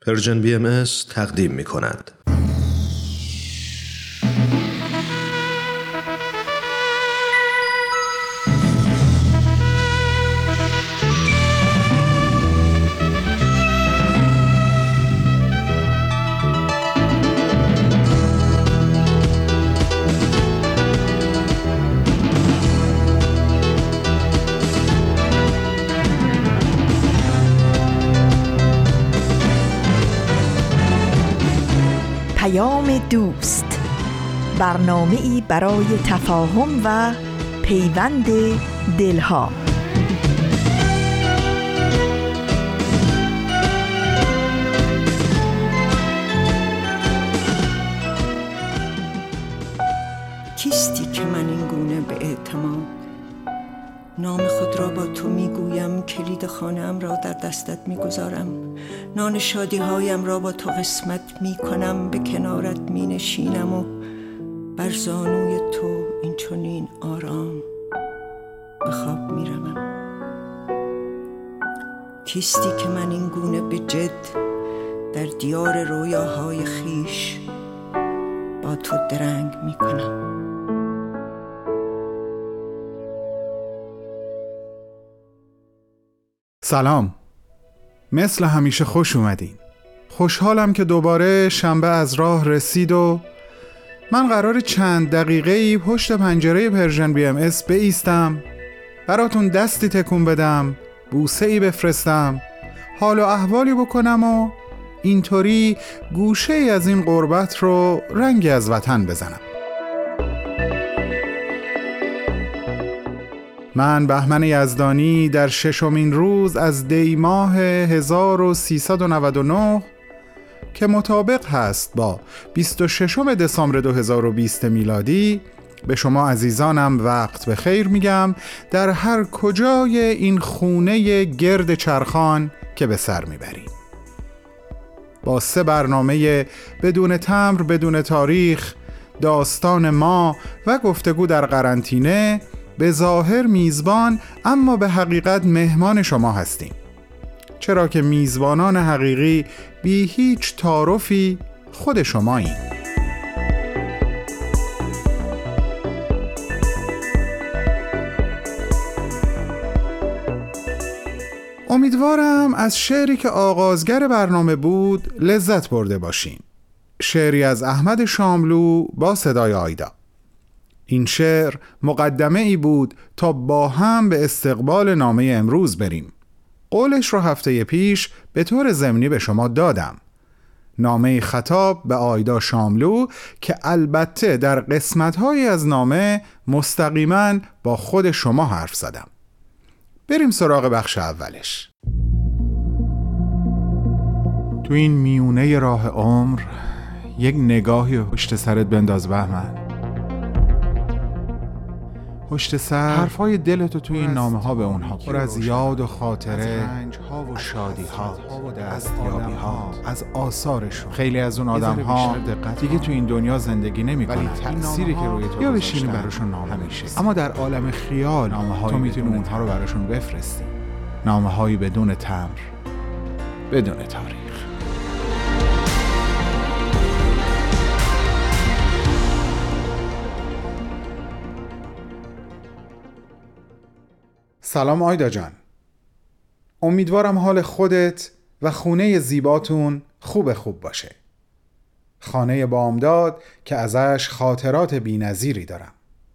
پرژن BMS تقدیم می کند. دوست، برنامه‌ای برای تفاهم و پیوند دلها. کیستی که من این گونه به اعتماد نام خود را با تو میگویم، کلید خانه‌ام را در دستت میگذارم، نان شادی‌هایم را با تو قسمت میکنم، به کنارت مینشینم و بر زانوی تو این چنین آرام به خواب میروم. کیستی که من این گونه به جد در دیار رویاهای خیش با تو درنگ میکنم. سلام، مثل همیشه خوش اومدین. خوشحالم که دوباره شنبه از راه رسید و من قرار چند دقیقه‌ای پشت پنجره پرژن BMS بایستم، براتون دستی تکون بدم، بوسه‌ای بفرستم، حال و احوالی بکنم و اینطوری گوشه‌ای از این غربت رو رنگی از وطن بزنم. من بهمن یزدانی در 6مین روز از دی ماه 1399 که مطابق هست با 26 دسامبر 2020 میلادی به شما عزیزانم وقت بخیر میگم، در هر کجای این خونه گرد چرخان که به سر میبریم. با 3 برنامه بدون تمبر، بدون تاریخ، داستان ما و گفتگو در قرنطینه، به ظاهر میزبان اما به حقیقت مهمان شما هستیم، چرا که میزبانان حقیقی بی هیچ تعارفی خود شماییم. امیدوارم از شعری که آغازگر برنامه بود لذت برده باشین. شعری از احمد شاملو با صدای آیدا. این شعر مقدمه ای بود تا با هم به استقبال نامه امروز بریم. قولش رو هفته پیش به طور ضمنی به شما دادم. نامه خطاب به آیدا شاملو که البته در قسمت‌هایی از نامه مستقیما با خود شما حرف زدم. بریم سراغ بخش اولش. تو این میونه راه عمر یک نگاهی پشت سرت بنداز بهمن. پشت سر حرفای دلتو توی این نامه ها به اونها پر از یاد و خاطره، از رنج ها و شادی ها، از دستیابی ها، از آثارشون. خیلی از اون آدم ها دیگه تو این دنیا زندگی نمی کنن، ولی تأثیری که روی تو یا بشینی براشون نامه میشه. اما در عالم خیال تو میتونی اونها رو براشون بفرستی. نامه هایی بدون تمبر، بدون تاریخ. سلام آیدا جان، امیدوارم حال خودت و خونه زیباتون خوب باشه. خانه بامداد که ازش خاطرات بی‌نظیری دارم.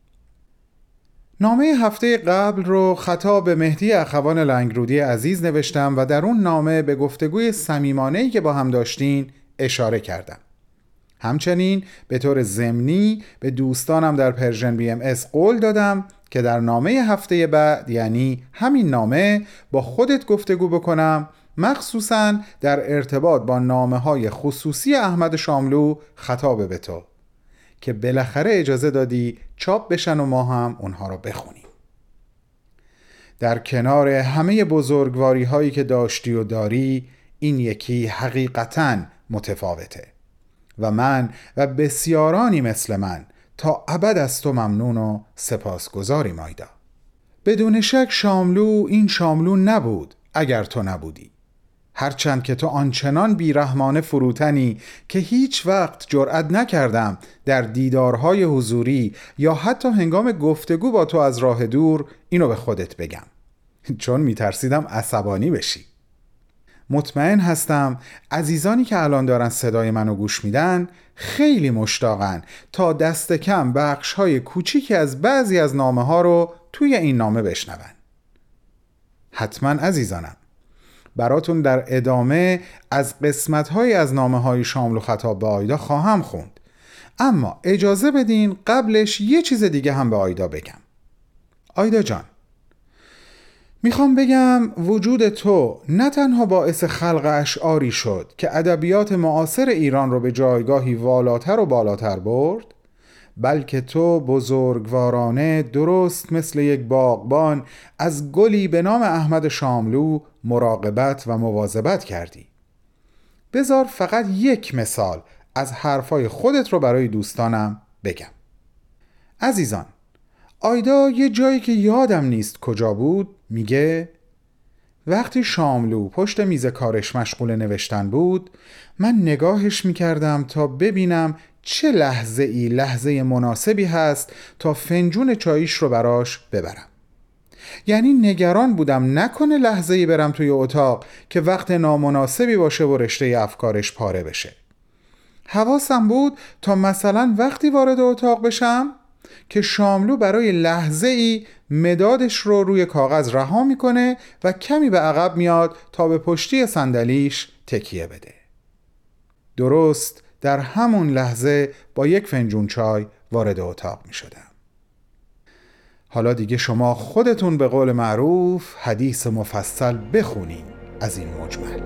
نامه هفته قبل رو خطاب به مهدی اخوان لنگرودی عزیز نوشتم و در اون نامه به گفتگوی صمیمانه‌ای که با هم داشتین اشاره کردم. همچنین به طور ضمنی به دوستانم در پرژن BMS قول دادم که در نامه هفته بعد، یعنی همین نامه، با خودت گفتگو بکنم، مخصوصاً در ارتباط با نامه‌های خصوصی احمد شاملو خطاب به تو که بالاخره اجازه دادی چاپ بشن و ما هم اونها رو بخونیم. در کنار همه بزرگواری هایی که داشتی و داری، این یکی حقیقتاً متفاوته و من و بسیارانی مثل من تا ابد از تو ممنون و سپاسگزاریم آیدا. بدون شک شاملو این شاملو نبود اگر تو نبودی. هرچند که تو آنچنان بیرحمانه فروتنی که هیچ وقت جرأت نکردم در دیدارهای حضوری یا حتی هنگام گفتگو با تو از راه دور اینو به خودت بگم، چون میترسیدم عصبانی بشی. مطمئن هستم عزیزانی که الان دارن صدای منو گوش میدن خیلی مشتاقن تا دست کم بخش‌های کوچیکی از بعضی از نامه ها رو توی این نامه بشنون. حتما عزیزانم براتون در ادامه از قسمت‌های از نامه‌های شاملو و خطاب به آیدا خواهم خوند، اما اجازه بدین قبلش یه چیز دیگه هم به آیدا بگم. آیدا جان، میخوام بگم وجود تو نه تنها باعث خلق اشعاری شد که ادبیات معاصر ایران رو به جایگاهی والاتر و بالاتر برد، بلکه تو بزرگوارانه درست مثل یک باغبان از گلی به نام احمد شاملو مراقبت و مواظبت کردی. بذار فقط یک مثال از حرفای خودت رو برای دوستانم بگم. عزیزان، آیدا یه جایی که یادم نیست کجا بود میگه وقتی شاملو پشت میز کارش مشغول نوشتن بود، من نگاهش میکردم تا ببینم چه لحظه مناسبی هست تا فنجون چاییش رو براش ببرم. یعنی نگران بودم نکنه لحظه‌ای برم توی اتاق که وقت نامناسبی باشه و رشته افکارش پاره بشه. حواسم بود تا مثلا وقتی وارد اتاق بشم که شاملو برای لحظه‌ای مدادش رو روی کاغذ رها میکنه و کمی به عقب میاد تا به پشتی صندلیش تکیه بده. درست در همون لحظه با یک فنجون چای وارد اتاق می شدم. حالا دیگه شما خودتون به قول معروف حدیث مفصل بخونین از این مجمل.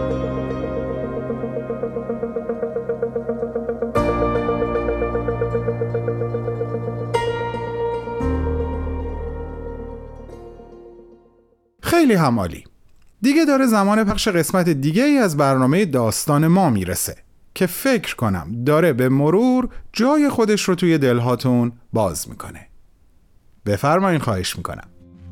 خیلی همالی. دیگه داره زمان پخش قسمت دیگه ای از برنامه داستان ما میرسه که فکر کنم داره به مرور جای خودش رو توی دلهاتون باز میکنه. بفرمایین، خواهش میکنم.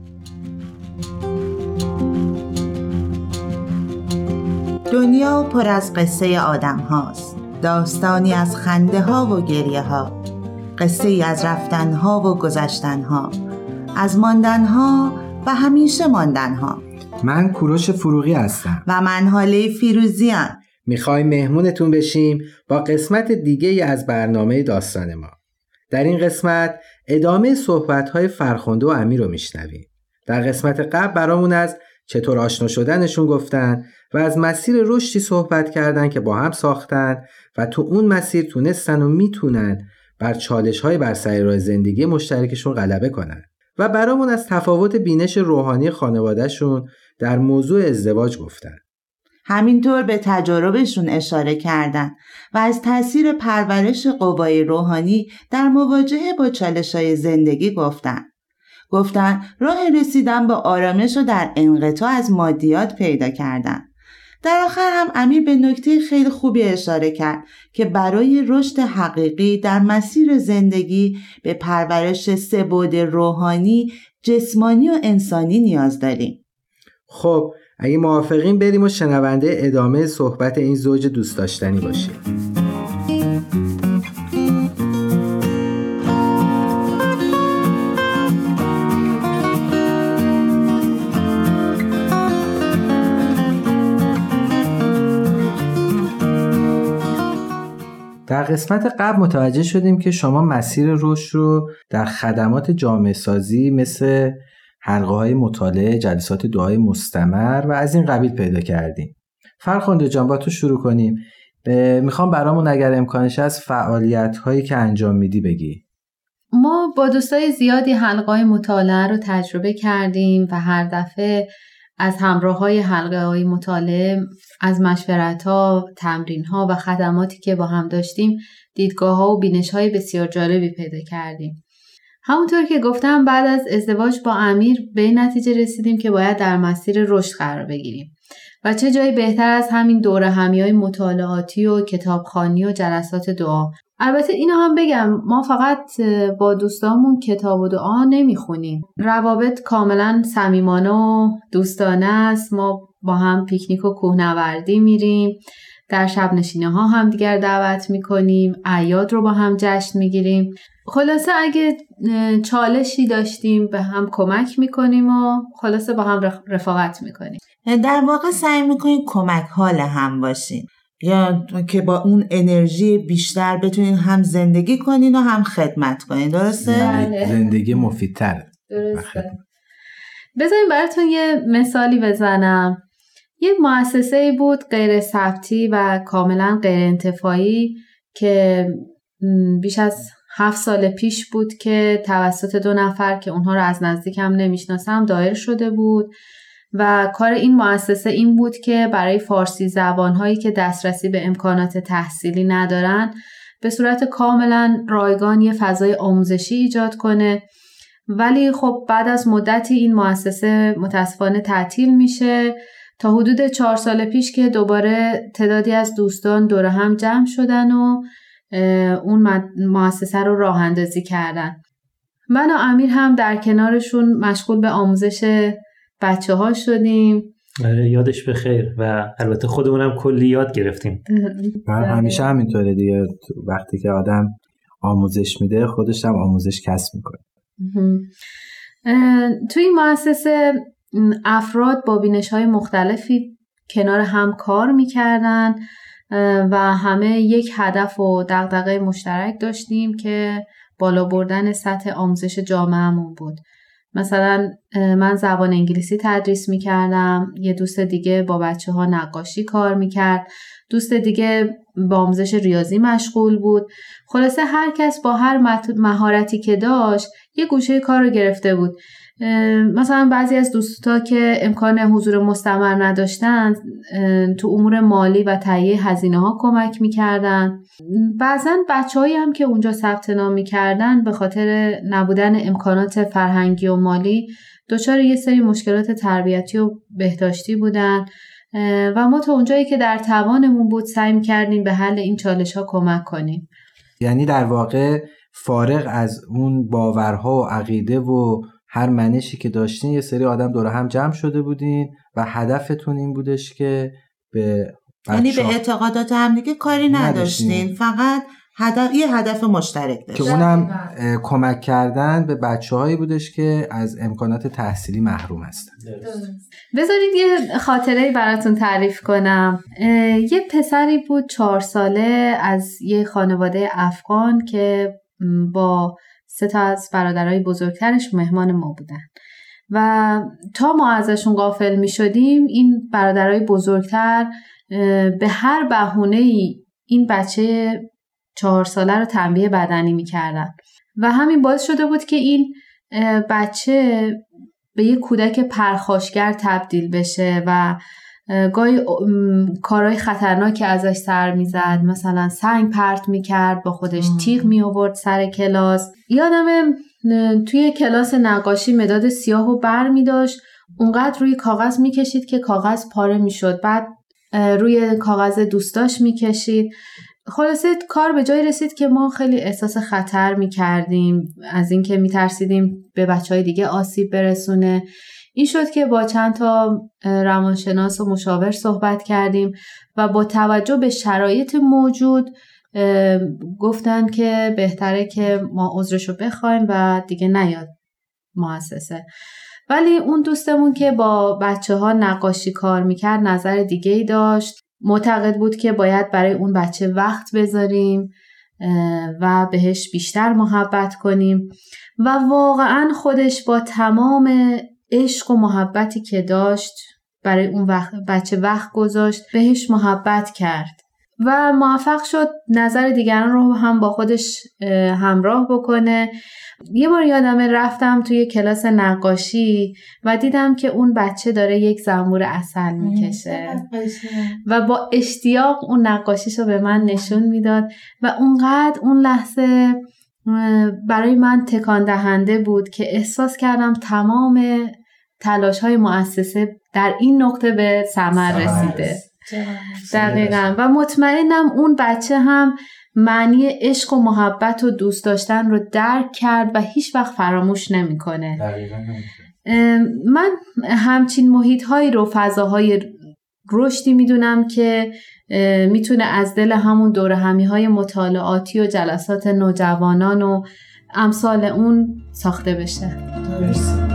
دنیا پر از قصه آدم هاست، داستانی از خنده ها و گریه ها، قصه ای از رفتن ها و گذشتن ها، از ماندن ها و همیشه ماندن ها. من کوروش فروغی هستم و من حاله فیروزیان. میخوایم مهمونتون بشیم با قسمت دیگه از برنامه داستان ما. در این قسمت ادامه صحبت‌های فرخنده و امیر رو میشنویم. در قسمت قبل برامون از چطور آشنا شدنشون گفتن و از مسیر رشدی صحبت کردن که با هم ساختن و تو اون مسیر تونستن و میتونن بر چالش‌های بر سر راه زندگی مشترکشون غلبه کنن و برامون از تفاوت بینش روحانی خانواده‌شون در موضوع ازدواج گفتن. همینطور به تجاربشون اشاره کردن و از تأثیر پرورش قوای روحانی در مواجهه با چالش‌های زندگی گفتن راه رسیدن به آرامش رو در انقطاع از مادیات پیدا کردن. در آخر هم امیر به نکته خیلی خوبی اشاره کرد که برای رشد حقیقی در مسیر زندگی به پرورش سه بعد روحانی، جسمانی و انسانی نیاز داریم. خب اگه موافقین بریم و شنونده ادامه صحبت این زوج دوست داشتنی باشیم. در قسمت قبل متوجه شدیم که شما مسیر رشد رو در خدمات جامعه سازی مثل حلقه‌های مطالعه، جلسات دعای مستمر و از این قبیل پیدا کردیم. فرخنده جان، با تو شروع کنیم. میخوام برامون اگر امکانش از فعالیت‌هایی که انجام میدی بگی. ما با دوستای زیادی حلقه‌های مطالعه رو تجربه کردیم و هر دفعه از همراه‌های حلقه‌های مطالعه، از مشورت‌ها، تمرین‌ها و خدماتی که با هم داشتیم، دیدگاه‌ها و بینش‌های بسیار جالبی پیدا کردیم. همونطور که گفتم بعد از ازدواج با امیر به این نتیجه رسیدیم که باید در مسیر رشد قرار بگیریم و چه جایی بهتر از همین دوره همی‌های مطالعاتی و کتابخوانی و جلسات دعا. البته اینو هم بگم ما فقط با دوستامون کتاب و دعا نمیخونیم. روابط کاملا صمیمانه و دوستانه است. ما با هم پیکنیک و کوهنوردی میریم، در شب نشینه ها هم دیگر دعوت میکنیم، اعیاد رو با هم جشن میگیریم. خلاصه اگه چالشی داشتیم به هم کمک میکنیم و خلاصه با هم رفاقت میکنیم. در واقع سعی میکنین کمک حال هم باشین، یا که با اون انرژی بیشتر بتونین هم زندگی کنین و هم خدمت کنین. درسته؟ بله. زندگی مفیدتره. درسته. بذارین براتون یه مثالی بزنم. یه مؤسسه‌ای بود غیر ثبتی و کاملا غیر انتفاعی که بیش از 7 سال پیش بود که توسط 2 نفر که اونها رو از نزدیک هم نمیشناسم دایر شده بود و کار این مؤسسه این بود که برای فارسی زبان‌هایی که دسترسی به امکانات تحصیلی ندارن به صورت کاملا رایگان یه فضای آموزشی ایجاد کنه. ولی خب بعد از مدتی این مؤسسه متاسفانه تعطیل میشه تا حدود 4 سال پیش که دوباره تعدادی از دوستان دور هم جمع شدن و اون مؤسسه رو راه اندازی کردن. من و امیر هم در کنارشون مشغول به آموزش بچه ها شدیم. یادش بخیر و البته خودمونم کلی یاد گرفتیم. همیشه همینطوره دیگه، وقتی که آدم آموزش میده خودش هم آموزش کسب میکنه. توی این مؤسسه افراد با بینش‌های مختلفی کنار هم کار میکردن و همه یک هدف و دغدغه مشترک داشتیم که بالا بردن سطح آموزش جامعه‌مون بود. مثلا من زبان انگلیسی تدریس میکردم، یه دوست دیگه با بچه ها نقاشی کار میکرد، دوست دیگه با آموزش ریاضی مشغول بود. خلاصه هر کس با هر مهارتی که داشت یه گوشه کار رو گرفته بود. مثلا بعضی از دوستا که امکان حضور مستمر نداشتن تو امور مالی و تهیه هزینه ها کمک میکردن. بعضن بچه‌هایی هم که اونجا ثبت نام میکردن به خاطر نبودن امکانات فرهنگی و مالی دچار یه سری مشکلات تربیتی و بهداشتی بودن و ما تا اونجایی که در توانمون بود سعی میکردیم به حل این چالش ها کمک کنیم. یعنی در واقع فارغ از اون باورها و عقیده و هر منشی که داشتین یه سری آدم دور هم جمع شده بودین و هدفتون این بودش که به یعنی به اعتقادات هم دیگه کاری نداشتین، فقط یه هدف مشترک داشتین که اونم کمک کردن به بچه‌هایی بودش که از امکانات تحصیلی محروم هستن. بذارید یه خاطره براتون تعریف کنم. یه پسری بود 4 ساله از یه خانواده افغان که با 3 از برادرای بزرگترش مهمان ما بودن و تا ما ازشون غافل می شدیم این برادرای بزرگتر به هر بهونه‌ای این بچه 4 ساله رو تنبیه بدنی می کردن و همین باعث شده بود که این بچه به یه کودک پرخاشگر تبدیل بشه و گاهی کارهای خطرناکی ازش سر میزد، مثلا سنگ پرت میکرد، با خودش تیغ می آورد سر کلاس. یادمه توی کلاس نقاشی مداد سیاه و بر می داشت، اونقدر روی کاغذ میکشید که کاغذ پاره میشد، بعد روی کاغذ دوستاش میکشید. خلاصه کار به جایی رسید که ما خیلی احساس خطر میکردیم از اینکه میترسیدیم به بچهای دیگه آسیب برسونه. این شد که با چند تا روانشناس و مشاور صحبت کردیم و با توجه به شرایط موجود گفتن که بهتره که ما عذرشو بخوایم و دیگه نیاد مؤسسه. ولی اون دوستمون که با بچه‌ها نقاشی کار میکرد نظر دیگه‌ای داشت، معتقد بود که باید برای اون بچه وقت بذاریم و بهش بیشتر محبت کنیم و واقعاً خودش با تمام عشق و محبتی که داشت برای اون بچه وقت گذاشت، بهش محبت کرد و موفق شد نظر دیگران رو هم با خودش همراه بکنه. یه بار یادمه رفتم توی کلاس نقاشی و دیدم که اون بچه داره یک زنبور عسل میکشه و با اشتیاق اون نقاشیشو به من نشون میداد و اونقدر اون لحظه برای من تکان دهنده بود که احساس کردم تمام تلاش‌های مؤسسه در این نقطه به ثمر رسیده. دقیقاً. و مطمئنم اون بچه هم معنی عشق و محبت و دوست داشتن رو درک کرد و هیچ وقت فراموش نمی‌کنه. من همچین محیط‌هایی رو، فضاهای رشدی میدونم که میتونه از دل همون دوره همی‌های مطالعاتی و جلسات نوجوانان و امثال اون ساخته بشه. درسته.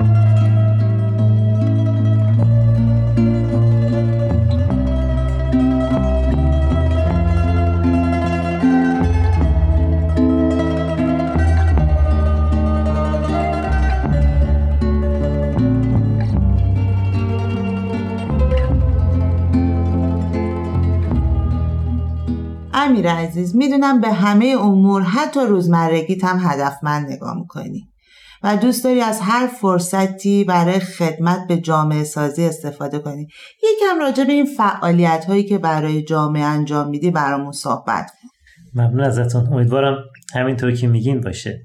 امیر عزیز، میدونم به همه امور حتی روزمرگیت هم هدفمند نگاه میکنی و دوست داری از هر فرصتی برای خدمت به جامعه سازی استفاده کنی. یکم راجع به این فعالیت هایی که برای جامعه انجام میدی برامون صحبت کن. ممنون ازتون. امیدوارم همینطور که میگین باشه.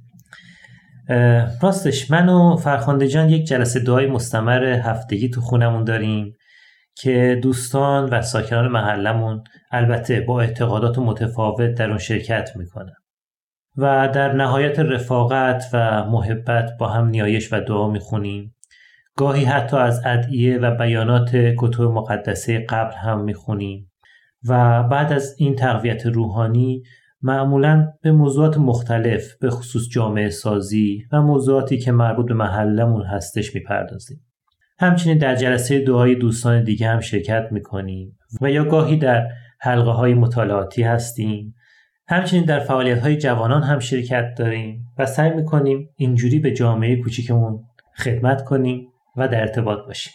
راستش من و فرخنده جان یک جلسه دعای مستمر هفتگی تو خونمون داریم که دوستان و ساکنان محلمون البته با اعتقادات متفاوت در اون شرکت میکنن و در نهایت رفاقت و محبت با هم نیایش و دعا میخونیم. گاهی حتی از ادعیه و بیانات کتب مقدسه قبل هم میخونیم و بعد از این تقویت روحانی معمولاً به موضوعات مختلف به خصوص جامعه سازی و موضوعاتی که مربوط به محلمون هستش میپردازیم. همچنین در جلسه دعای دوستان دیگه هم شرکت میکنیم و یا گاهی در حلقه های مطالعاتی هستیم. همچنین در فعالیت های جوانان هم شرکت داریم و سعی میکنیم اینجوری به جامعه کوچیکمون خدمت کنیم و در ارتباط باشیم.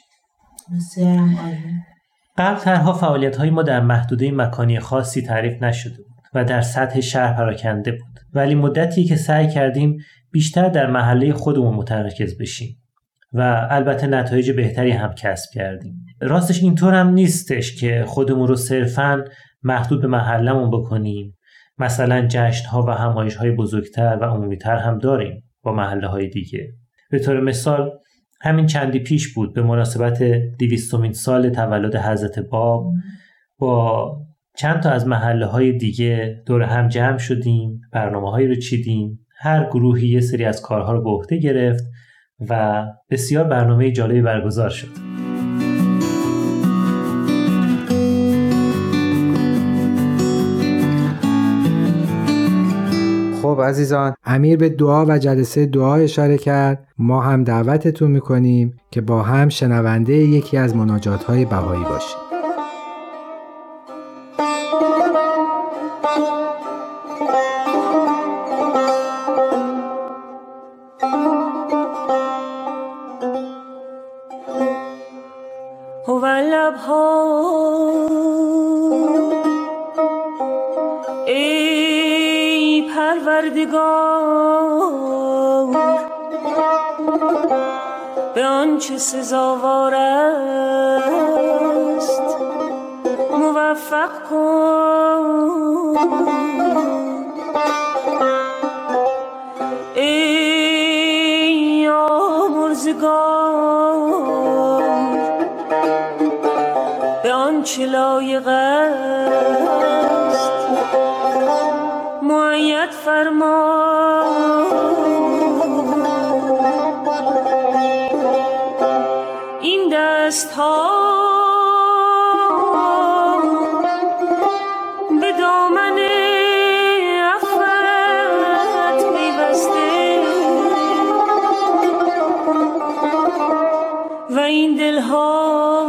قبل ترها فعالیت های ما در محدوده مکانی خاصی تعریف نشده بود و در سطح شهر پراکنده بود، ولی مدتی که سعی کردیم بیشتر در محله خودمون متمرکز بشیم و البته نتایج بهتری هم کسب کردیم. راستش اینطور هم نیستش که خودمون رو صرفاً محدود به محلمون بکنیم. مثلا جشن‌ها و همایش‌های بزرگتر و عمومی‌تر هم داریم با محله‌های دیگه. به طور مثال همین چندی پیش بود به مناسبت 200مین سال تولد حضرت باب با چند تا از محله‌های دیگه دور هم جمع شدیم، برنامه‌هایی رو چیدیم، هر گروهی یه سری از کارها رو به عهده گرفت و بسیار برنامه جالبی برگزار شد. خب عزیزان، امیر به دعا و جلسه دعا اشاره کرد. ما هم دعوتتون میکنیم که با هم شنونده یکی از مناجات‌های بهایی باشیم. ای پروردگار به آنچه سزاوار است موفق کن. ای آمرزگار به آنچه لایق است معید فرما. این دست ها به دامن عفوت پیوسته و این دل ها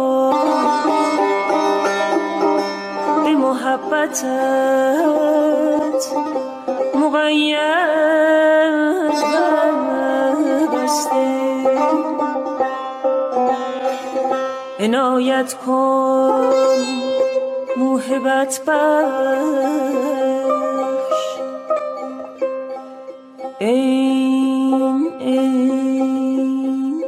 به محبتت مقید بسته. عنایت کن موهبت بخش. این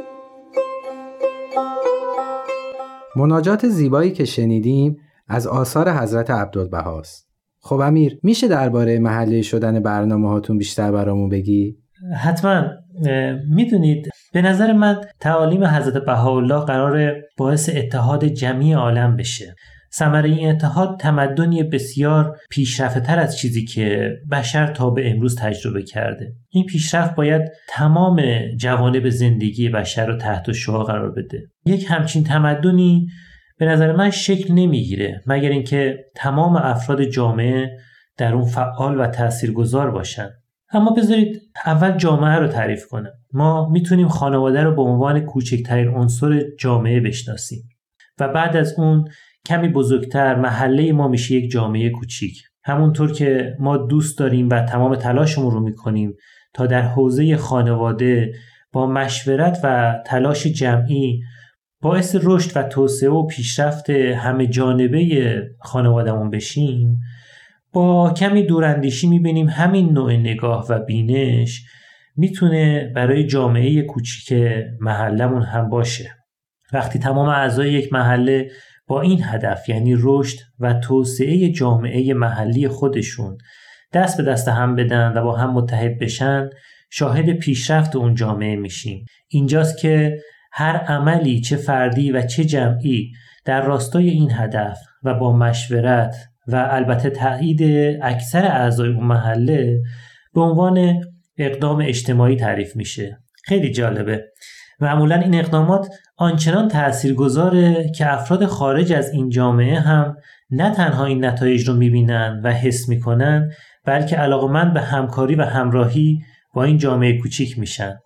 مناجات زیبایی که شنیدیم از آثار حضرت عبدالبهاست. خب امیر، میشه درباره محلی شدن برنامه هاتون بیشتر برامون بگی؟ حتما. میدونید به نظر من تعالیم حضرت بهاءالله قراره باعث اتحاد جمعی عالم بشه. ثمره این اتحاد تمدنی بسیار پیشرفته‌تر از چیزی که بشر تا به امروز تجربه کرده. این پیشرفت باید تمام جوانب زندگی بشر رو تحت شعاع قرار بده. یک همچین تمدنی به نظر من شکل نمیگیره مگر اینکه تمام افراد جامعه در اون فعال و تاثیرگذار باشن. اما بذارید اول جامعه رو تعریف کنم. ما میتونیم خانواده رو به عنوان کوچکترین عنصر جامعه بشناسیم و بعد از اون کمی بزرگتر محله ما میشه یک جامعه کوچیک. همونطور که ما دوست داریم و تمام تلاشمون رو میکنیم تا در حوزه خانواده با مشورت و تلاش جمعی باعث رشد و توسعه و پیشرفت همه جانبه خانوادهمون بشیم، با کمی دوراندیشی میبینیم همین نوع نگاه و بینش میتونه برای جامعه کوچیک محلمون هم باشه. وقتی تمام اعضای یک محله با این هدف، یعنی رشد و توسعه جامعه محلی خودشون، دست به دست هم بدن و با هم متحد بشن، شاهد پیشرفت اون جامعه میشیم. اینجاست که هر عملی چه فردی و چه جمعی در راستای این هدف و با مشورت و البته تایید اکثر اعضای اون محله به عنوان اقدام اجتماعی تعریف میشه. خیلی جالبه. معمولا این اقدامات آنچنان تاثیرگذاره که افراد خارج از این جامعه هم نه تنها این نتایج رو میبینن و حس میکنن، بلکه علاقه‌مند به همکاری و همراهی با این جامعه کوچیک میشن.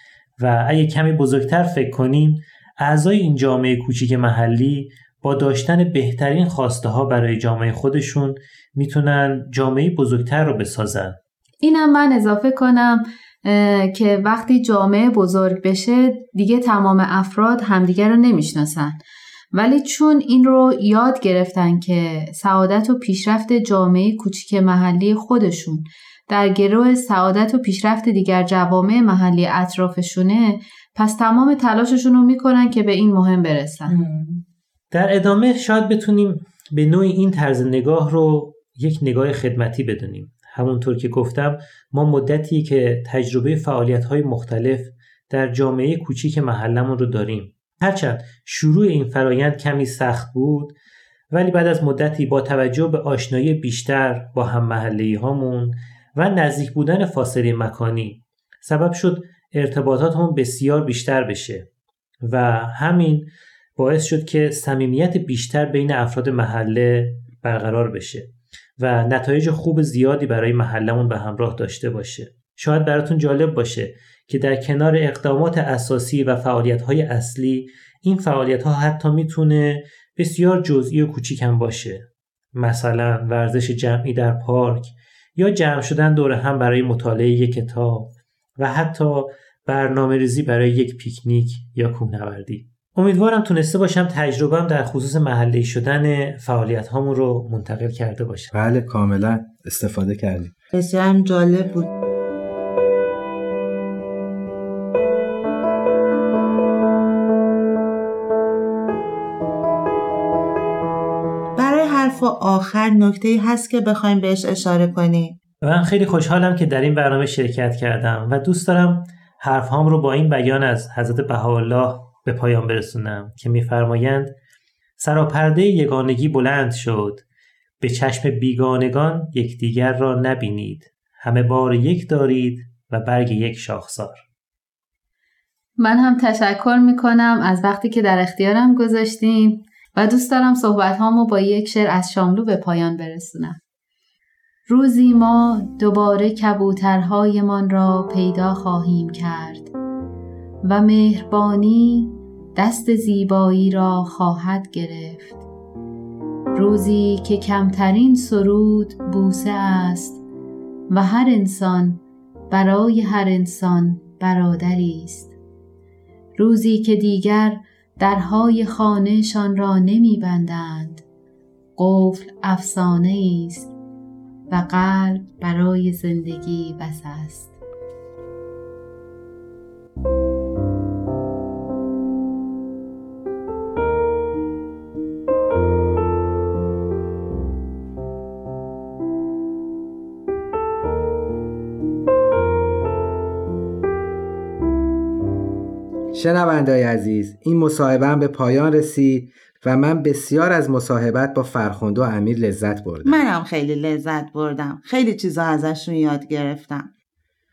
و اگه کمی بزرگتر فکر کنیم، اعضای این جامعه کوچیک محلی با داشتن بهترین خواسته ها برای جامعه خودشون میتونن جامعه بزرگتر رو بسازن. اینم من اضافه کنم که وقتی جامعه بزرگ بشه دیگه تمام افراد همدیگر رو نمیشناسن، ولی چون این رو یاد گرفتن که سعادت و پیشرفت جامعه کوچیک محلی خودشون در گروه سعادت و پیشرفت دیگر جوامع محلی اطرافشونه، پس تمام تلاششون رو میکنن که به این مهم برسن. در ادامه شاید بتونیم به نوعی این طرز نگاه رو یک نگاه خدمتی بدونیم. همونطور که گفتم، ما مدتی که تجربه فعالیت‌های مختلف در جامعه کوچیک محلمون رو داریم. هرچند شروع این فرایند کمی سخت بود، ولی بعد از مدتی با توجه به آشنایی بیشتر با هم محله‌ای هامون و نزدیک بودن فاصله مکانی سبب شد ارتباطاتمون بسیار بیشتر بشه و همین باعث شد که صمیمیت بیشتر بین افراد محله برقرار بشه و نتایج خوب زیادی برای محلمون به همراه داشته باشه. شاید براتون جالب باشه که در کنار اقدامات اساسی و فعالیت‌های اصلی، این فعالیت‌ها حتی میتونه بسیار جزئی و کوچیک هم باشه. مثلا ورزش جمعی در پارک یا جمع شدن دور هم برای مطالعه یک کتاب و حتی برنامه‌ریزی برای یک پیکنیک یا کوهنوردی. امیدوارم تونسته باشم تجربه‌ام در خصوص محلی شدن فعالیت‌هامون رو منتقل کرده باشم. بله، کاملا استفاده کردیم. بسیار جالب بود. برای حرف آخر نکته‌ای هست که بخوایم بهش اشاره کنیم؟ من خیلی خوشحالم که در این برنامه شرکت کردم و دوست دارم حرف‌هام رو با این بیان از حضرت بهاءالله به پایان برسونم که می‌فرمایند: سراپرده یگانگی بلند شد، به چشم بیگانگان یکدیگر را نبینید، همه بار یک دارید و برگ یک شاخسار. من هم تشکر میکنم از وقتی که در اختیارم گذاشتیم و دوست دارم صحبت‌هامو با یک شعر از شاملو به پایان برسونم. روزی ما دوباره کبوترهایمان را پیدا خواهیم کرد و مهربانی دست زیبایی را خواهد گرفت. روزی که کمترین سرود بوسه است و هر انسان برای هر انسان برادری است. روزی که دیگر درهای خانه‌شان را نمی‌بندند، قفل افسانه‌ای است و قلب برای زندگی بس است. شنونده‌های عزیز، این مصاحبه هم به پایان رسید و من بسیار از مصاحبت با فرخنده و امیر لذت بردم. منم خیلی لذت بردم. خیلی چیزا ازشون یاد گرفتم.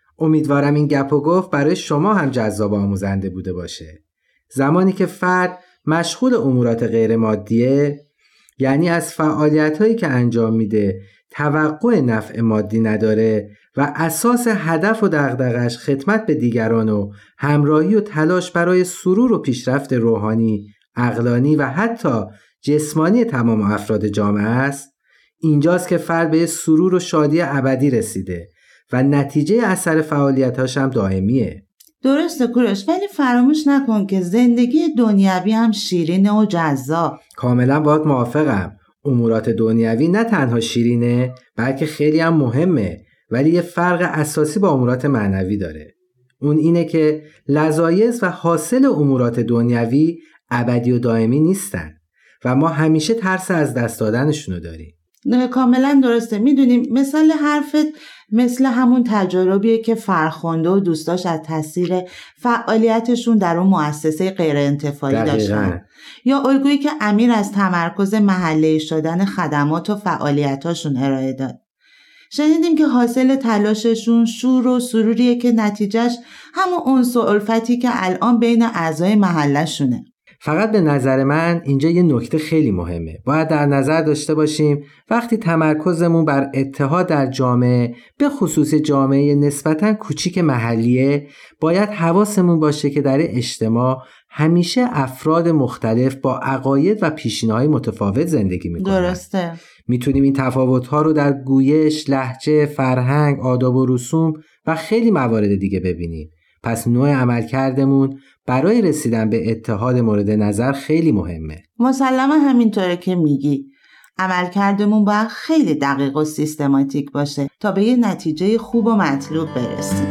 امیدوارم این گپ و گفت برای شما هم جذاب و آموزنده بوده باشه. زمانی که فرد مشغول امورات غیر مادیه، یعنی از فعالیت‌هایی که انجام میده توقع نفع مادی نداره و اساس هدف و دغدغش خدمت به دیگران و همراهی و تلاش برای سرور و پیشرفت روحانی، عقلانی و حتی جسمانی تمام افراد جامعه است، اینجاست که فرد به سرور و شادی ابدی رسیده و نتیجه اثر فعالیتاش هم دائمیه. درسته کوروش، ولی فراموش نکن که زندگی دنیوی هم شیرینه و جذاب. کاملا باهات موافقم. امورات دنیوی نه تنها شیرینه بلکه خیلی هم مهمه، ولی یه فرق اساسی با امورات معنوی داره. اون اینه که لذایذ و حاصل امورات دنیوی ابدی و دائمی نیستن و ما همیشه ترس از دست دادنشونو داریم. کاملا درسته. میدونیم مثال حرفت مثل همون تجاربیه که فرخنده و دوستاش از تاثیر فعالیتشون در اون مؤسسه غیر انتفاعی داشتن، یا الگویی که امیر از تمرکز محلی شدن خدمات و فعالیتاشون ارائه داد. شنیدیم که حاصل تلاششون شور و سروریه که نتیجهش همون انس و الفتی که الان بین اعضای محلشونه. فقط به نظر من اینجا یه نکته خیلی مهمه. باید در نظر داشته باشیم وقتی تمرکزمون بر اتحاد در جامعه، به خصوص جامعه نسبتاً کوچیک محلیه، باید حواسمون باشه که در اجتماع همیشه افراد مختلف با عقاید و پیشینه‌های متفاوت زندگی میکنن. درسته. میتونیم این تفاوت‌ها رو در گویش، لهجه، فرهنگ، آداب و رسوم و خیلی موارد دیگه ببینیم. پس نوع عملکردمون برای رسیدن به اتحاد مورد نظر خیلی مهمه. مسلما همینطوره که میگی. عملکردمون باید خیلی دقیق و سیستماتیک باشه تا به یه نتیجه خوب و مطلوب برسیم.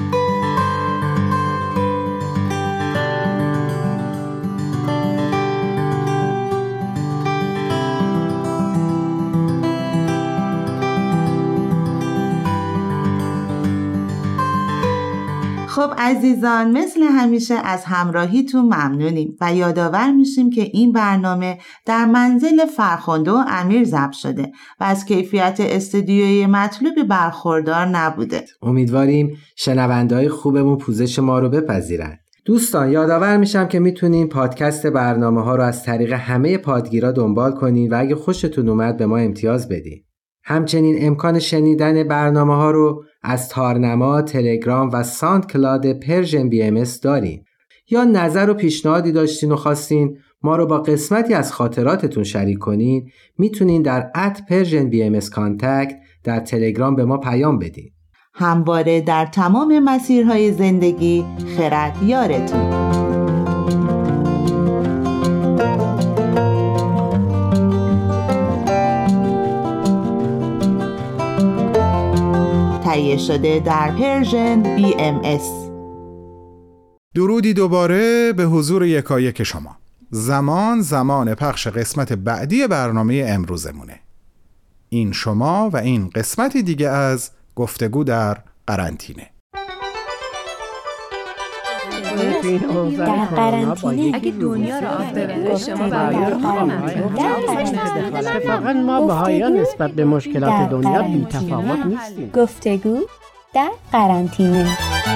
خب عزیزان، مثل همیشه از همراهیتون ممنونیم و یادآور میشیم که این برنامه در منزل فرخنده و امیر ضبط شده و از کیفیت استودیویی مطلوبی برخوردار نبوده. امیدواریم شنونده‌های خوبمون پوزش ما رو بپذیرن. دوستان یادآور میشم که میتونین پادکست برنامه‌ها رو از طریق همه پادگیرا دنبال کنین و اگه خوشتون اومد به ما امتیاز بدین. همچنین امکان شنیدن برنامه‌ها رو از تارنما، تلگرام و ساوند کلاد پرژن BMS دارین. یا نظر و پیشنهادی داشتین و خواستین ما رو با قسمتی از خاطراتتون شریک کنین، میتونین در @PersianBMSContact در تلگرام به ما پیام بدین. همواره در تمام مسیرهای زندگی خرد یارتون. تهیه شده در پرژن BMS. درودی دوباره به حضور یکایک شما. زمان پخش قسمت بعدی برنامه امروزمونه. این شما و این قسمتی دیگه از گفتگو در قرنطینه. در قرنطینه اگه دنیا رو آب ببره شما اتفاقا ما بهاییان نسبت به مشکلات دنیا بی تفاوت نیستیم. گفتگو در قرنطینه.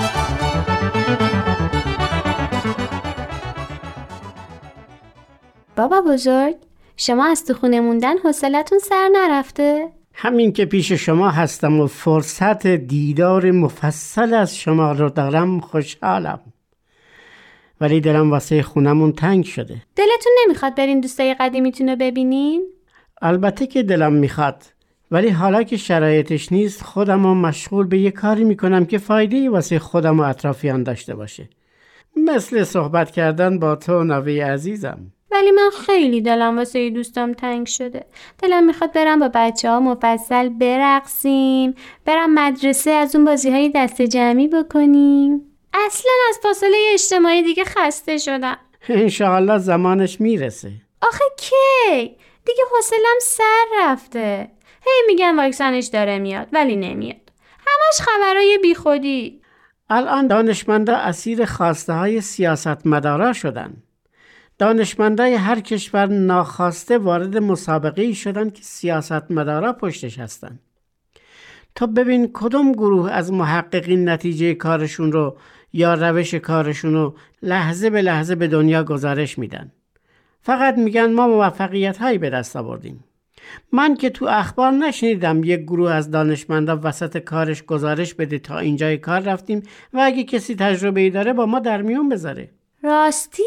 بابا بزرگ، شما از تو خونه موندن حوصلتون سر نرفته؟ همین که پیش شما هستم و فرصت دیدار مفصل از شما رو دارم خوشحالم، ولی دلم واسه خونمون تنگ شده. دلتون نمیخواد برین دوستای قدیمیتون رو ببینین؟ البته که دلم میخواد، ولی حالا که شرایطش نیست خودم رو مشغول به یه کاری میکنم که فایده‌ای واسه خودم و اطرافیان داشته باشه، مثل صحبت کردن با تو نوه عزیزم. ولی من خیلی دلم واسه دوستام تنگ شده. دلم میخواد برم با بچه‌ها مفصل برقصیم، برم مدرسه از اون بازی‌های دست جمعی بکنیم. اصلا از فاصله اجتماعی دیگه خسته شدم. انشاءالله زمانش میرسه. آخه کی؟ دیگه حوصله‌ام سر رفته. هی میگن واکسنش داره میاد ولی نمیاد. همش خبرای بیخودی. الان دانشمندا اسیر خواسته‌های سیاستمدارا شدن. دانشمندای هر کشور ناخواسته وارد مسابقه‌ای شدن که سیاستمدارا پشتش هستن. تا ببین کدوم گروه از محققین نتیجه کارشون رو یا روش کارشون رو لحظه به لحظه به دنیا گزارش میدن. فقط میگن ما موفقیت هایی به دست آوردیم. من که تو اخبار نشنیدم یک گروه از دانشمندا وسط کارش گزارش بده تا اینجای کار رفتیم و اگه کسی تجربه‌ای داره با ما در میون بذاره. راستیه؟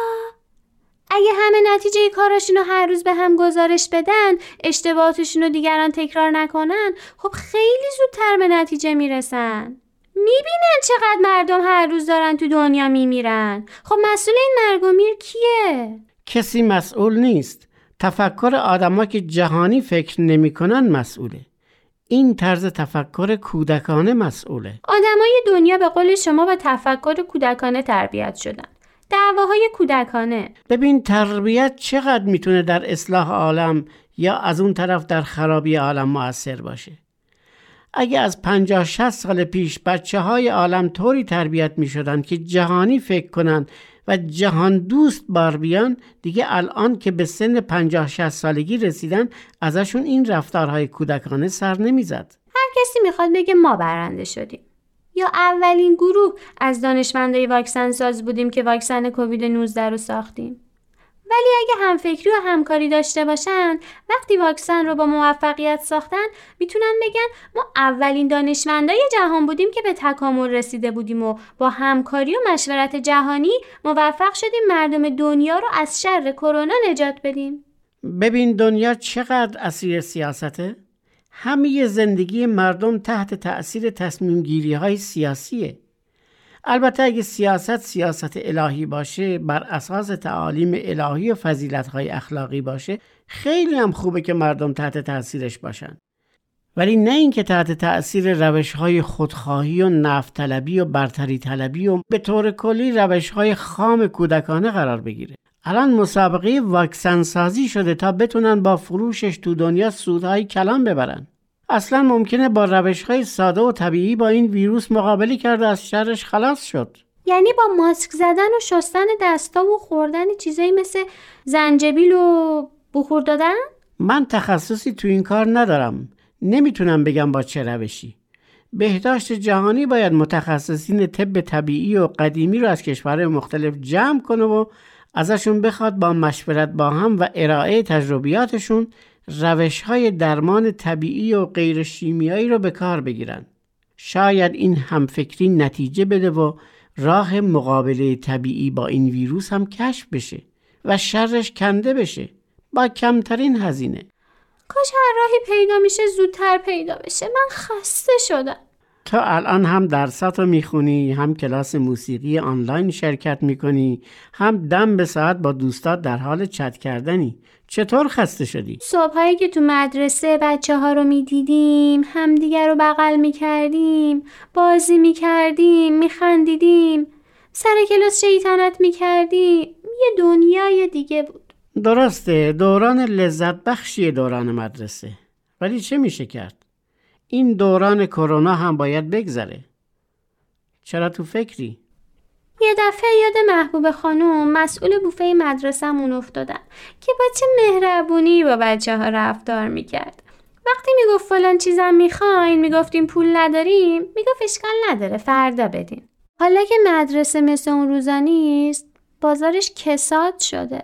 اگه همه نتیجه کاراشونو هر روز به هم گزارش بدن، اشتباهاتشونو دیگران تکرار نکنن، خب خیلی زودتر به نتیجه میرسن. میبینن چقدر مردم هر روز دارن تو دنیا میمیرن. خب مسئول این مرگ و میر کیه؟ کسی مسئول نیست. تفکر آدما که جهانی فکر نمی‌کنن مسئوله. این طرز تفکر کودکانه مسئوله. آدمای دنیا به قول شما با تفکر کودکانه تربیت شدن. دعواهای کودکانه. ببین تربیت چقدر میتونه در اصلاح عالم یا از اون طرف در خرابی عالم مؤثر باشه. اگه از 50-60 سال پیش بچه‌های عالم طوری تربیت می‌شدن که جهانی فکر کنن و جهان دوست بار بیان، دیگه الان که به سن 50-60 سالگی رسیدن ازشون این رفتارهای کودکانه سر نمیزد. هر کسی میخواد بگه ما برنده شدیم. یا اولین گروه از دانشمندای واکسن ساز بودیم که واکسن کووید 19 رو ساختیم. ولی اگه همفکری و همکاری داشته باشن، وقتی واکسن رو با موفقیت ساختن، میتونن بگن ما اولین دانشمندای جهان بودیم که به تکامل رسیده بودیم و با همکاری و مشورت جهانی موفق شدیم مردم دنیا رو از شر کرونا نجات بدیم. ببین دنیا چقدر اسیر سیاسته؟ همه زندگی مردم تحت تأثیر تصمیم گیری های سیاسیه. البته اگه سیاست الهی باشه، بر اساس تعالیم الهی و فضیلت‌های اخلاقی باشه، خیلی هم خوبه که مردم تحت تأثیرش باشن. ولی نه اینکه تحت تأثیر روش‌های خودخواهی و نفع طلبی و برتری طلبی و به طور کلی روش‌های خام کودکانه قرار بگیره. الان مسابقه واکسن سازی شده تا بتونن با فروشش تو دنیا سودهای کلان ببرن. اصلا ممکنه با روش‌های ساده و طبیعی با این ویروس مقابله کرد و از شرش خلاص شد. یعنی با ماسک زدن و شستن دستا و خوردن چیزایی مثل زنجبیل و بخور دادن؟ من تخصصی تو این کار ندارم. نمیتونم بگم با چه روشی. بهداشت جهانی باید متخصصین طب طبیعی و قدیمی رو از کشورهای مختلف جمع کنه و ازشون بخواد با مشورت با هم و ارائه تجربیاتشون روش‌های درمان طبیعی و غیر شیمیایی رو به کار بگیرن. شاید این همفکری نتیجه بده و راه مقابله طبیعی با این ویروس هم کشف بشه و شرش کنده بشه با کمترین هزینه. کاش هر راهی پیدا میشه زودتر پیدا بشه. من خسته شدم. تا الان هم درساتو میخونی، هم کلاس موسیقی آنلاین شرکت میکنی، هم دم به ساعت با دوستات در حال چت کردنی. چطور خسته شدی؟ صبحایی که تو مدرسه بچه‌ها رو میدیدیم، همدیگر رو بغل میکردیم، بازی میکردیم، میخندیدیم، سر کلاس شیطنت میکردیم، یه دنیای دیگه بود. درسته، دوران لذت بخشی دوران مدرسه. ولی چه میشه کرد؟ این دوران کرونا هم باید بگذره. چرا تو فکری؟ یه دفعه یاد محبوب خانوم مسئول بوفه مدرسه‌مون افتادم که با چه مهربونی با بچه‌ها رفتار میکرد. وقتی میگفت فلان چیزم میخواین، میگفتیم پول نداریم، میگفت اشکال نداره فردا بدین. حالا که مدرسه مثل اون روزا نیست، بازارش کساد شده.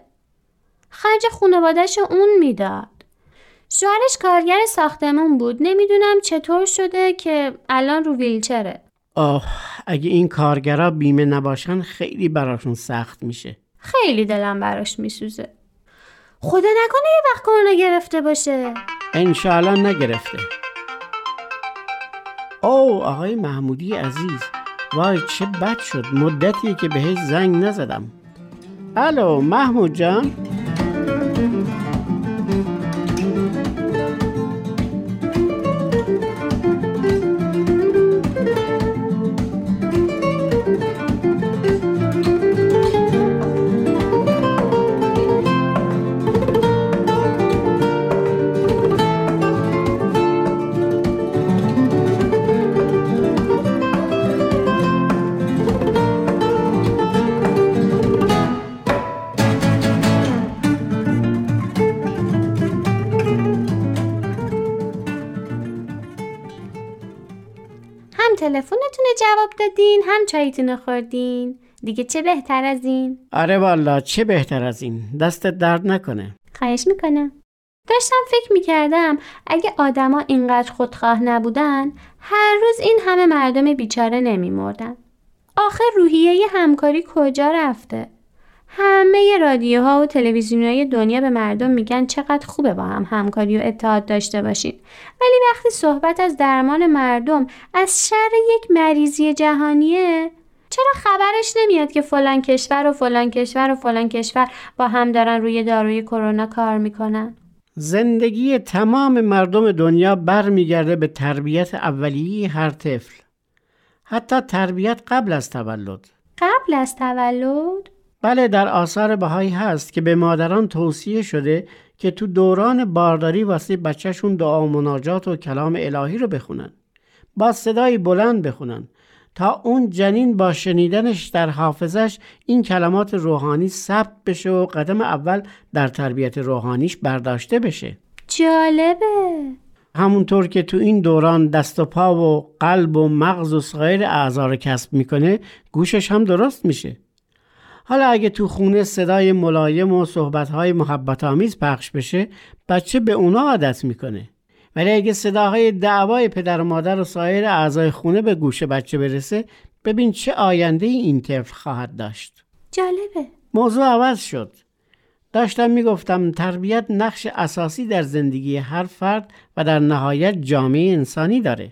خرج خانواده‌شو اون میداد. شوهرش کارگر ساختمون بود. نمیدونم چطور شده که الان رو ویلچره. اگه این کارگرها بیمه نباشن خیلی براشون سخت میشه. خیلی دلم براش میسوزه. خدا نکنه یه وقت کرونا گرفته باشه. انشاءالله نگرفته. آقای محمودی عزیز، وای چه بد شد، مدتیه که بهش زنگ نزدم. الو محمود جان. تلفنتون جواب دادین، هم چایتون خوردین. دیگه چه بهتر از این؟ آره والا چه بهتر از این. دستت درد نکنه. خواهش میکنم. داشتم فکر میکردم اگه آدما اینقدر خودخواه نبودن هر روز این همه مردم بیچاره نمیمردن. آخه روحیه همکاری کجا رفته؟ همه رادیوها و تلویزیونهای دنیا به مردم میگن چقدر خوبه با هم همکاری و اتحاد داشته باشین، ولی وقتی صحبت از درمان مردم از شر یک مریضی جهانیه، چرا خبرش نمیاد که فلان کشور و فلان کشور و فلان کشور با هم دارن روی داروی کرونا کار میکنن؟ زندگی تمام مردم دنیا برمیگرده به تربیت اولیه هر طفل. حتی تربیت قبل از تولد. قبل از تولد؟ بله، در آثار بهایی هست که به مادران توصیه شده که تو دوران بارداری واسه بچهشون دعا و مناجات و کلام الهی رو بخونن. با صدای بلند بخونن تا اون جنین با شنیدنش در حافظش این کلمات روحانی ثبت بشه و قدم اول در تربیت روحانیش برداشته بشه. جالبه. همونطور که تو این دوران دست و پا و قلب و مغز و سایر اعضا رو کسب میکنه، گوشش هم درست میشه. حالا اگه تو خونه صدای ملایم و صحبت‌های محبت‌آمیز پخش بشه، بچه به اونا عادت میکنه. ولی اگه صداهای دعوای پدر و مادر و سایر اعضای خونه به گوش بچه برسه، ببین چه آینده این طفل خواهد داشت. جالبه. موضوع عوض شد. داشتم میگفتم تربیت نقش اساسی در زندگی هر فرد و در نهایت جامعه انسانی داره.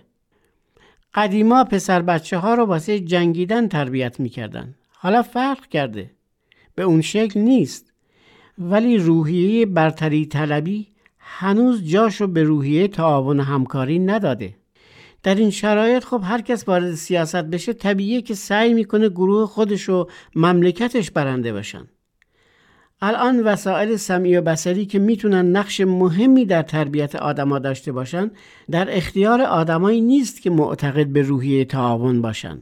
قدیما پسر بچه ها رو واسه جنگیدن تربیت میکردن. حالا فرق کرده. به اون شکل نیست. ولی روحیه برتری طلبی هنوز جاشو به روحیه تعاون و همکاری نداده. در این شرایط خب هر کس وارد سیاست بشه طبیعیه که سعی میکنه گروه خودش و مملکتش برنده باشن. الان وسایل سمعی و بصری که میتونن نقش مهمی در تربیت آدما داشته باشن، در اختیار آدمایی نیست که معتقد به روحیه تعاون باشن.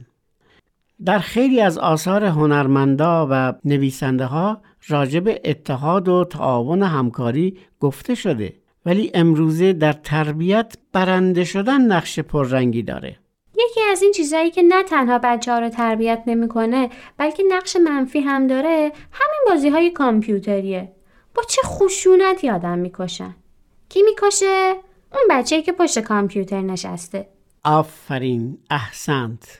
در خیلی از آثار هنرمندا و نویسنده ها راجع به اتحاد و تعاون و همکاری گفته شده، ولی امروزه در تربیت برنده شدن نقش پررنگی داره. یکی از این چیزایی که نه تنها بچه‌ها رو تربیت نمی‌کنه بلکه نقش منفی هم داره، همین بازی‌های کامپیوتریه. با چه خشونتی آدم می‌کشن. کی می‌کشه؟ اون بچه‌ای که پشت کامپیوتر نشسته. آفرین، احسنت.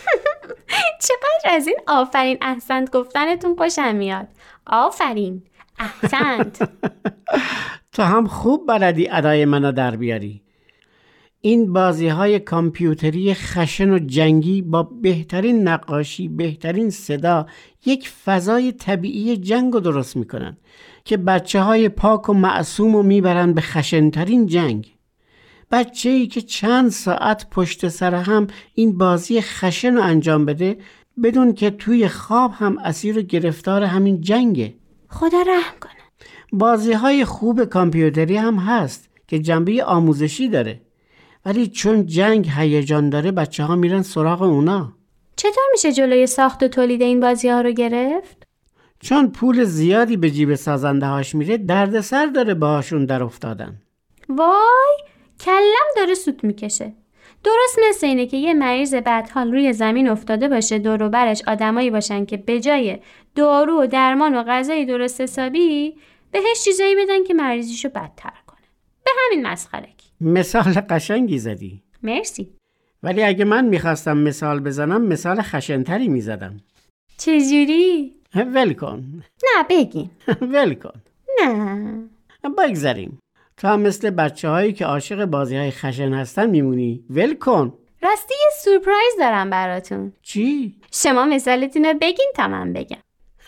چقدر از این آفرین احسنت گفتنتون خوشم میاد. آفرین احسنت. تو هم خوب بلدی ادای منو در بیاری. این بازی‌های کامپیوتری خشن و جنگی با بهترین نقاشی، بهترین صدا، یک فضای طبیعی جنگ رو درست میکنن که بچه‌های پاک و معصوم رو میبرن به خشنترین جنگ. بچه‌ای که چند ساعت پشت سر هم این بازی خشن رو انجام بده بدون که توی خواب هم اسیر و گرفتار همین جنگه. خدا رحم کنه. بازی‌های خوب کامپیوتری هم هست که جنبه آموزشی داره، ولی چون جنگ هیجان داره بچه‌ها میرن سراغ اونا. چطور میشه جلوی ساخت و تولید این بازی‌ها رو گرفت؟ چون پول زیادی به جیب سازنده‌هاش میره، دردسر داره باهاشون در افتادن. وای، کلم داره سوت میکشه. درست مثل اینه که یه مریض بدحال روی زمین افتاده باشه، دور و برش آدمایی باشن که به جای دارو و درمان و غذای درست حسابی بهش چیزایی بدن که مریضیشو بدتر کنه. به همین مسخرگی. مثال قشنگی زدی. مرسی. ولی اگه من میخواستم مثال بزنم، مثال خشنتری میزدم. چجوری؟ ول کن. نه بگین. ول کن. نه. بگذاریم. تو هم مثل بچه هایی که عاشق بازی های خشن هستن میمونی. ول کن. راستی یه سورپرایز دارم براتون. چی؟ شما مثالتون رو بگین تا من بگم.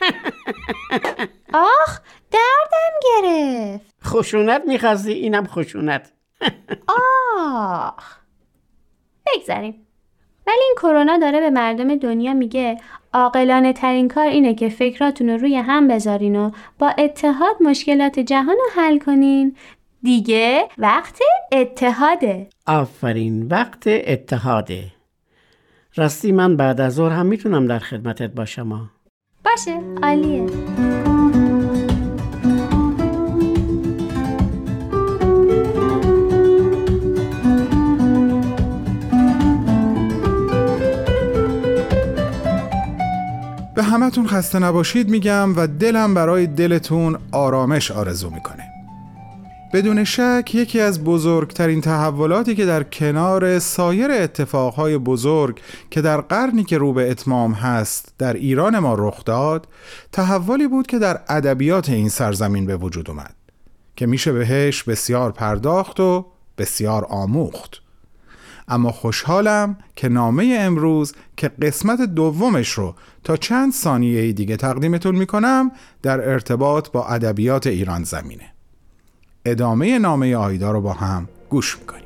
آخ، دردم گرفت. خشونت میخواستی؟ اینم خشونت. آخ. بگذاریم. ولی این کرونا داره به مردم دنیا میگه عاقلانه ترین کار اینه که فکراتون رو روی هم بذارین و با اتحاد مشکلات جهان رو حل کنین. دیگه وقت اتحاده. آفرین، وقت اتحاده. راستی من بعد از ظهر هم میتونم در خدمتت باشم. باشه، عالیه. به همتون خسته نباشید میگم و دلم برای دلتون آرامش آرزو میکنه. بدون شک یکی از بزرگترین تحولاتی که در کنار سایر اتفاقهای بزرگ که در قرنی که رو به اتمام هست در ایران ما رخ داد، تحولی بود که در ادبیات این سرزمین به وجود اومد که میشه بهش بسیار پرداخت و بسیار آموخت. اما خوشحالم که نامه امروز که قسمت دومش رو تا چند ثانیه دیگه تقدیمتون میکنم در ارتباط با ادبیات ایران زمینه. ادامه نامه آیدا رو با هم گوش میکنیم.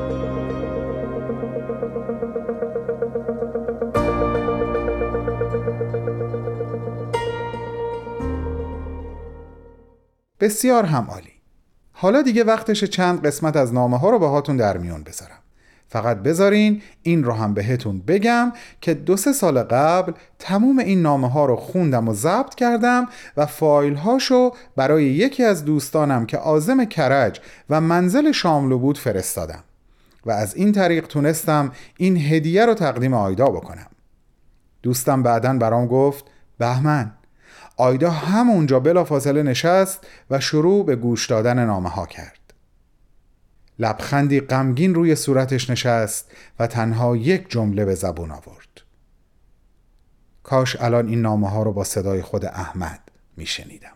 بسیار هم عالی. حالا دیگه وقتش چند قسمت از نامه ها رو باهاتون در میون بذارم. فقط بذارین این رو هم بهتون بگم که 2-3 سال قبل تموم این نامه ها رو خوندم و ضبط کردم و فایل هاشو برای یکی از دوستانم که عازم کرج و منزل شاملو بود فرستادم و از این طریق تونستم این هدیه رو تقدیم آیدا بکنم. دوستم بعداً برام گفت بهمن، آیدا همونجا بلافاصله نشست و شروع به گوش دادن نامه ها کرد. لبخندی غمگین روی صورتش نشست و تنها یک جمله به زبون آورد. کاش الان این نامه ها رو با صدای خود احمد میشنیدم.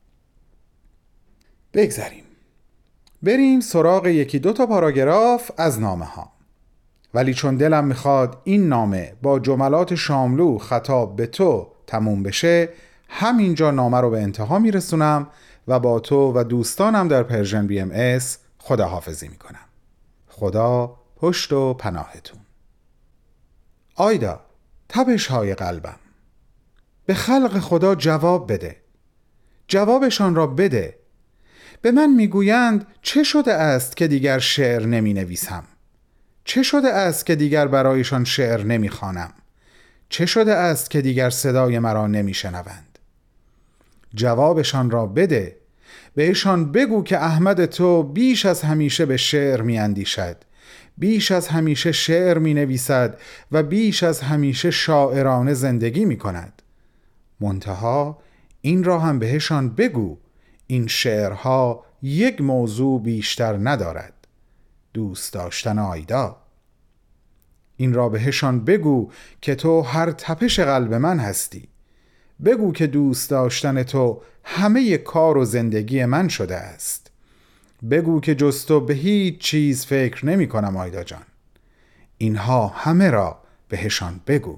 بگذریم. بریم سراغ 1-2 تا پاراگراف از نامه ها. ولی چون دلم میخواد این نامه با جملات شاملو خطاب به تو تموم بشه، همینجا نامه رو به انتها میرسونم و با تو و دوستانم در پرژن BMS خداحافظی میکنم. خدا پشت و پناهتون. آیدا، تپش های قلبم، به خلق خدا جواب بده. جوابشان را بده. به من میگویند چه شده است که دیگر شعر نمی نویسم؟ چه شده است که دیگر برایشان شعر نمی خوانم؟ چه شده است که دیگر صدای مرا نمی شنوند؟ جوابشان را بده. بهشان بگو که احمد تو بیش از همیشه به شعر می اندیشد، بیش از همیشه شعر می نویسد و بیش از همیشه شاعرانه زندگی می کند. منتها این را هم بهشان بگو این شعرها یک موضوع بیشتر ندارد: دوست داشتن آیدا. این را بهشان بگو که تو هر تپش قلب من هستی. بگو که دوست داشتن تو همه کار و زندگی من شده است. بگو که جز تو به هیچ چیز فکر نمی کنم آیدا جان. اینها همه را بهشان بگو.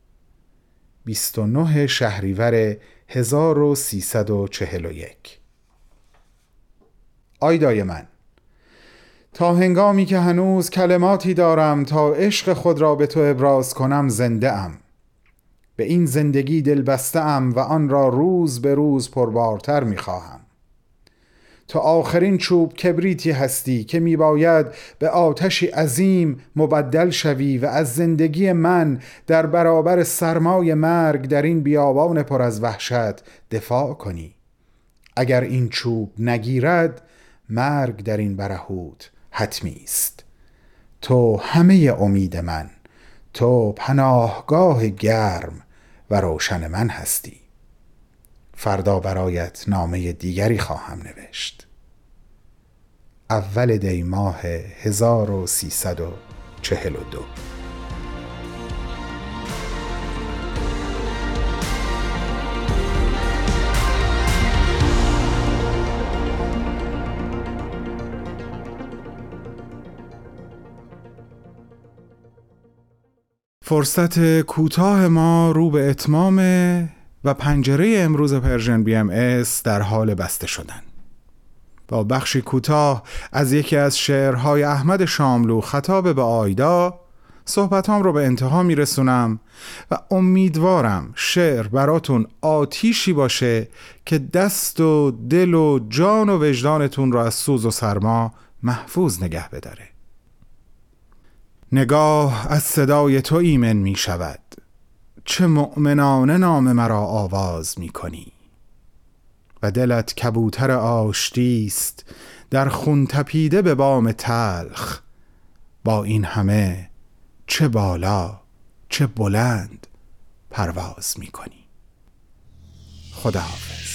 29 شهریور 1341. آیدای من، تا هنگامی که هنوز کلماتی دارم تا عشق خود را به تو ابراز کنم زنده ام. به این زندگی دل بسته ام و آن را روز به روز پربارتر می خواهم. تو آخرین چوب کبریتی هستی که می باید به آتشی عظیم مبدل شوی و از زندگی من در برابر سرمای مرگ در این بیابان پر از وحشت دفاع کنی. اگر این چوب نگیرد، مرگ در این برهوت حتمی است. تو همه امید من، تو پناهگاه گرم و روشن من هستی. فردا برایت نامه دیگری خواهم نوشت. اول دی ماه 1342. فرصت کوتاه ما رو به اتمامه و پنجره امروز پرژن BMS در حال بسته شدن. با بخشی کوتاه از یکی از شعرهای احمد شاملو خطاب به آیدا صحبتام رو به انتها میرسونم و امیدوارم شعر براتون آتیشی باشه که دست و دل و جان و وجدانتون رو از سوز و سرما محفوظ نگه بداره. نگاه از صدای تو ایمن می شود، چه مؤمنانه نام مرا آواز می کنی و دلت کبوتر آشتیست در خون تپیده به بام تلخ. با این همه چه بالا چه بلند پرواز می کنی. خداحافظ.